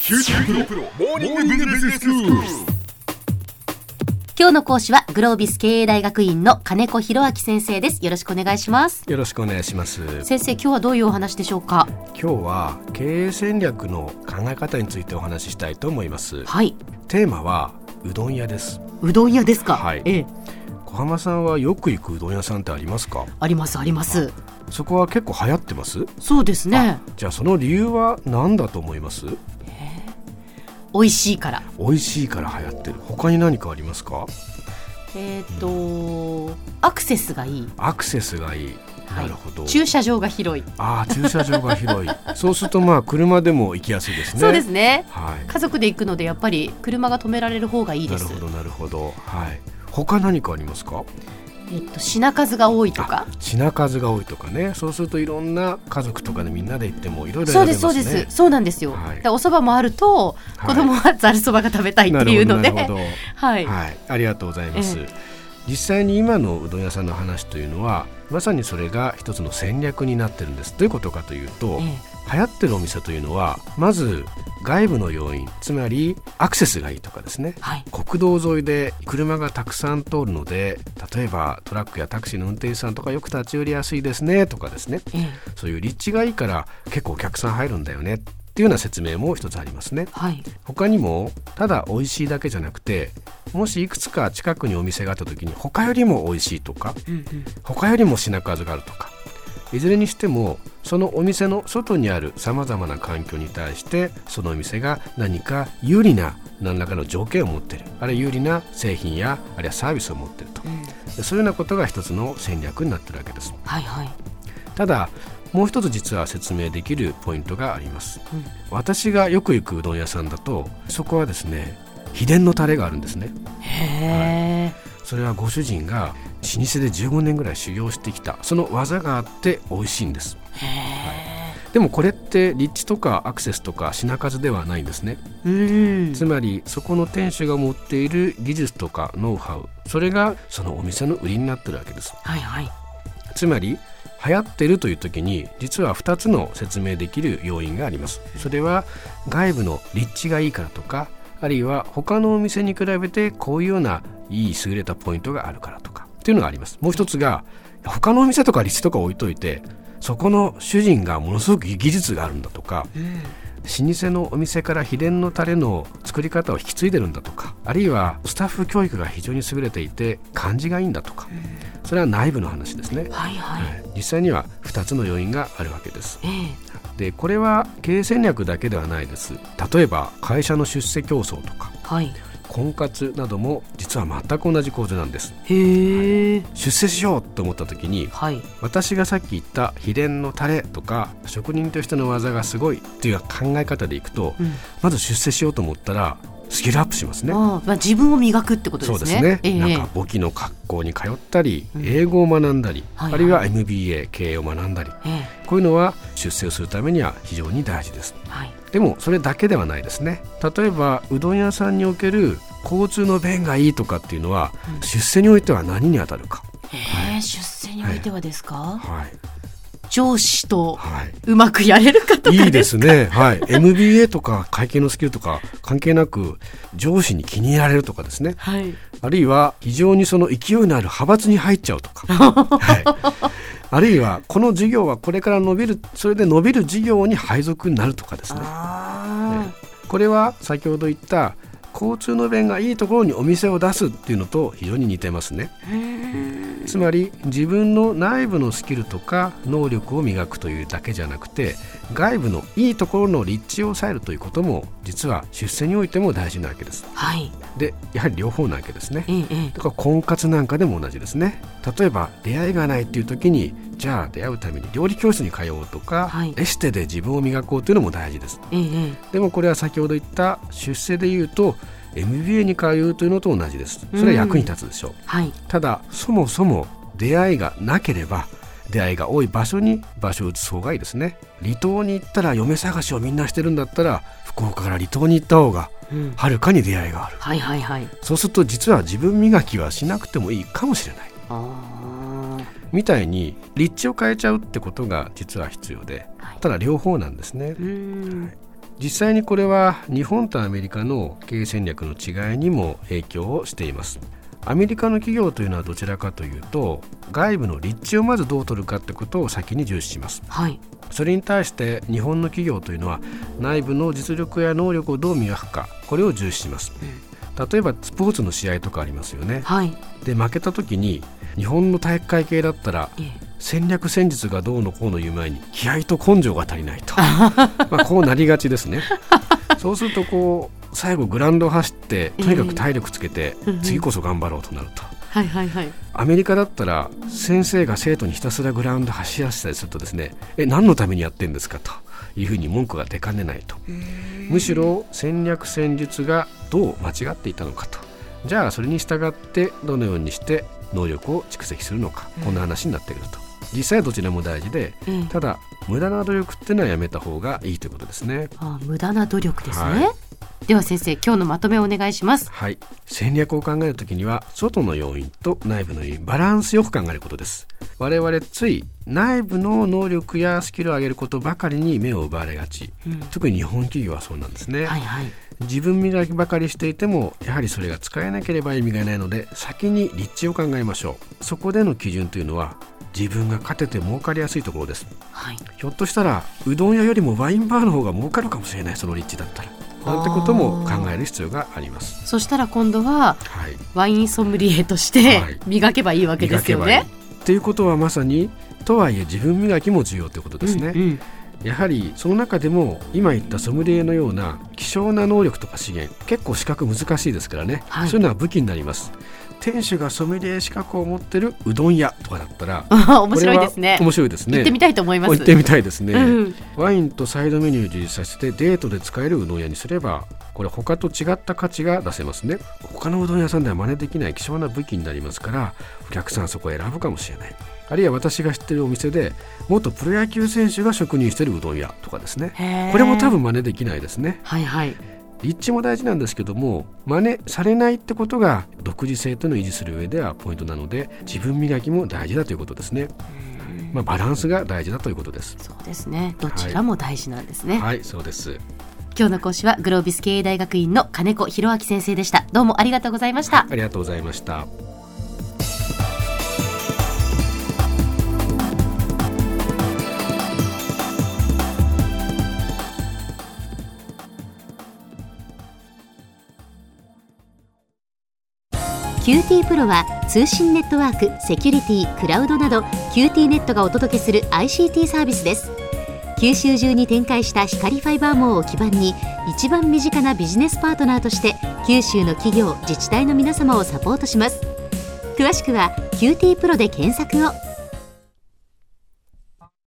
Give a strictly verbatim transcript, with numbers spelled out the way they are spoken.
キューティープロモーニングビジネススクール。 今日の講師はグロービス経営大学院の金子博明先生です。よろしくお願いします。 よろしくお願いします。 先生、今日はどういうお話でしょうか？ 今日は経営戦略の考え方についてお話ししたいと思います。 はい。 テーマはうどん屋です。 うどん屋ですか？ はい、 ええ、 小浜さんはよく行くうどん屋さんってありますか？ ありますあります。 そこは結構流行ってます？ そうですね。 じゃあその理由は何だと思います？ 美味しいから。 美味しいから流行ってる。他に何かありますか？ えーとアクセスがいい。 アクセスがいい、 はい、 なるほど。 駐車場が広い。 ああ、駐車場が広いそうするとまあ車でも行きやすいですね。 そうですね、 はい、 家族で行くのでやっぱり車が止められる方がいいです。 なるほどなるほど、はい、他何かありますか？ えっと、品数が多いとか。 品数が多いとかね。そうするといろんな家族とかでみんなで行ってもいろいろ選べますね。 そうですそうです。そうなんですよ、 はい、 でお蕎麦もあると子供はざるそばが食べたいっていうので、 なるほどなるほど、 はいはい、ありがとうございます、 ええ、 実際に今のうどん屋さんの話というのはまさにそれが一つの戦略になってるんです。どういうことかというと、ええ、流行ってるお店というのはまず外部の要因、つまりアクセスがいいとかですね、はい、国道沿いで車がたくさん通るので、例えばトラックやタクシーの運転手さんとかよく立ち寄りやすいですねとかですね、ええ、そういう立地がいいから結構お客さん入るんだよねっていうような説明も一つありますね、はい、他にもただ美味しいだけじゃなくて、もしいくつか近くにお店があった時に他よりも美味しいとか、うんうん、他よりも品数があるとか、いずれにしてもそのお店の外にあるさまざまな環境に対してそのお店が何か有利な何らかの条件を持っている、あるいは有利な製品やあるいはサービスを持っていると、うん、そういうようなことが一つの戦略になっているわけです、はいはい、ただもう一つ実は説明できるポイントがあります、うん、私がよく行くうどん屋さんだとそこはですね、秘伝のタレがあるんですね。へー、はい、それはご主人が老舗でじゅうごねんぐらい修行してきたその技があって美味しいんです。へー、はい、でもこれって立地とかアクセスとか品数ではないんですね。うん、つまりそこの店主が持っている技術とかノウハウ、それがそのお店の売りになってるわけです、はいはい、つまり流行ってるという時に実はふたつの説明できる要因があります。それは外部の立地がいいからとか、あるいは他のお店に比べてこういうようないい優れたポイントがあるからとかっていうのがあります。もう一つが他のお店とか立地とか置いといて、そこの主人がものすごく技術があるんだとか、うん、老舗のお店から秘伝のタレの作り方を引き継いでるんだとか、あるいはスタッフ教育が非常に優れていて感じがいいんだとか、うん、それは内部の話ですね、はいはい、実際にはふたつの要因があるわけです、えー、でこれは経営戦略だけではないです。例えば会社の出世競争とか、はい、婚活なども実は全く同じ構図なんです。へー、はい、出世しようと思った時に、はい、私がさっき言った秘伝のタレとか職人としての技がすごいっていう考え方でいくと、うん、まず出世しようと思ったらスキルアップしますね。 あ、まあ、自分を磨くってことですね。 そうですね、 えー、 なんか簿記の学校に通ったり、うん、英語を学んだり、はいはい、あるいは エムビーエー 経営を学んだり、えー、こういうのは出世をするためには非常に大事です、はい、でもそれだけではないですね。例えばうどん屋さんにおける交通の便がいいとかっていうのは、うん、出世においては何に当たるか。 へー、出世においてはですか？はい、はい、上司とうまくやれるかとかですか？いいですね、はい、エムビーエー とか会計のスキルとか関係なく上司に気に入られるとかですね、はい、あるいは非常にその勢いのある派閥に入っちゃうとか、はい、あるいはこの事業はこれから伸びる、それで伸びる事業に配属になるとかですね。あ、ね、これは先ほど言った交通の便がいいところにお店を出すっていうのと非常に似てますね。つまり自分の内部のスキルとか能力を磨くというだけじゃなくて、外部のいいところの立地を抑えるということも実は出世においても大事なわけです、はい、でやはり両方なわけですね、ええ、だから婚活なんかでも同じですね。例えば出会いがないっていう時に、じゃあ出会うために料理教室に通おうとか、はい、エステで自分を磨こうというのも大事です、ええ、でもこれは先ほど言った出世でいうと エムビーエー に通うというのと同じです。それは役に立つでしょう、はい、ただそもそも出会いがなければ出会いが多い場所に場所を移す方がいいですね。離島に行ったら嫁探しをみんなしてるんだったら福岡から離島に行った方がはるかに出会いがある、うん、はいはいはい、そうすると実は自分磨きはしなくてもいいかもしれない。あみたいに立地を変えちゃうってことが実は必要で、はい、ただ両方なんですね。うん、はい、 実際にこれは日本とアメリカの経営戦略の違いにも影響をしています。アメリカの企業というのはどちらかというと、外部の立地をまずどう取るかってことを先に重視します、 はい、 それに対して日本の企業というのは内部の実力や能力をどう磨くか、これを重視します、うん、例えばスポーツの試合とかありますよね、 はい、 で負けた時に日本の体育会系だったら、ええ、戦略戦術がどうのこうの言う前に気合と根性が足りないとまあこうなりがちですねそうするとこう最後グラウンドを走ってとにかく体力つけて、えー、次こそ頑張ろうとなると、 はいはいはい、 アメリカだったら先生が生徒にひたすらグラウンド走らせたりするとですね、え何のためにやってんですかというふうに文句が出かねないと、むしろ戦略戦術がどう間違っていたのかと、じゃあそれに従ってどのようにして能力を蓄積するのか、こんな話になってくると。実際はどちらも大事で、うん、ただ無駄な努力っていうのはやめた方がいいということですね。 ああ、無駄な努力ですね、 はい、 では先生、今日のまとめをお願いします。 はい、戦略を考えるときには外の要因と内部の要因、バランスよく考えることです。我々つい内部の能力やスキルを上げることばかりに目を奪われがち、うん、特に日本企業はそうなんですね、はいはい、自分磨きばかりしていてもやはりそれが使えなければ意味がないので、先に立地を考えましょう。そこでの基準というのは自分が勝てて儲かりやすいところです、はい、ひょっとしたらうどん屋よりもワインバーの方が儲かるかもしれない、その立地だったらなんてことも考える必要があります。 そしたら今度は、はい、ワインソムリエとして磨けばいいわけですよね、はい、 っていうことはまさにとはいえ自分磨きも重要ということですね、うんうん、やはりその中でも今言ったソムリエのような希少な能力とか資源、結構資格難しいですからね、はい、そういうのは武器になります。店主がソムリエ資格を持ってるうどん屋とかだったら面白いですね。 面白いですね。 行ってみたいと思います。 行ってみたいですね、うん、ワインとサイドメニューを充実させてデートで使えるうどん屋にすれば、これ他と違った価値が出せますね。他のうどん屋さんでは真似できない希少な武器になりますから、お客さんそこを選ぶかもしれない。あるいは私が知ってるお店で元プロ野球選手が職人してるうどん屋とかですね、これも多分真似できないですね。 はいはい、 立地も大事なんですけども、真似されないってことが独自性というのを維持する上ではポイントなので、自分磨きも大事だということですね。まあ、バランスが大事だということです。 そうですね、どちらも大事なんですね。 はい、はい、そうです。 今日の講師はグロービス経営大学院の金子博明先生でした。どうもありがとうございました。 ありがとうございました。 キューティー プロは通信ネットワーク、セキュリティ、クラウドなど キューティー ネットがお届けする アイシーティー サービスです。九州中に展開した光ファイバー網を基盤に、一番身近なビジネスパートナーとして九州の企業、自治体の皆様をサポートします。詳しくは キューティー プロで検索を。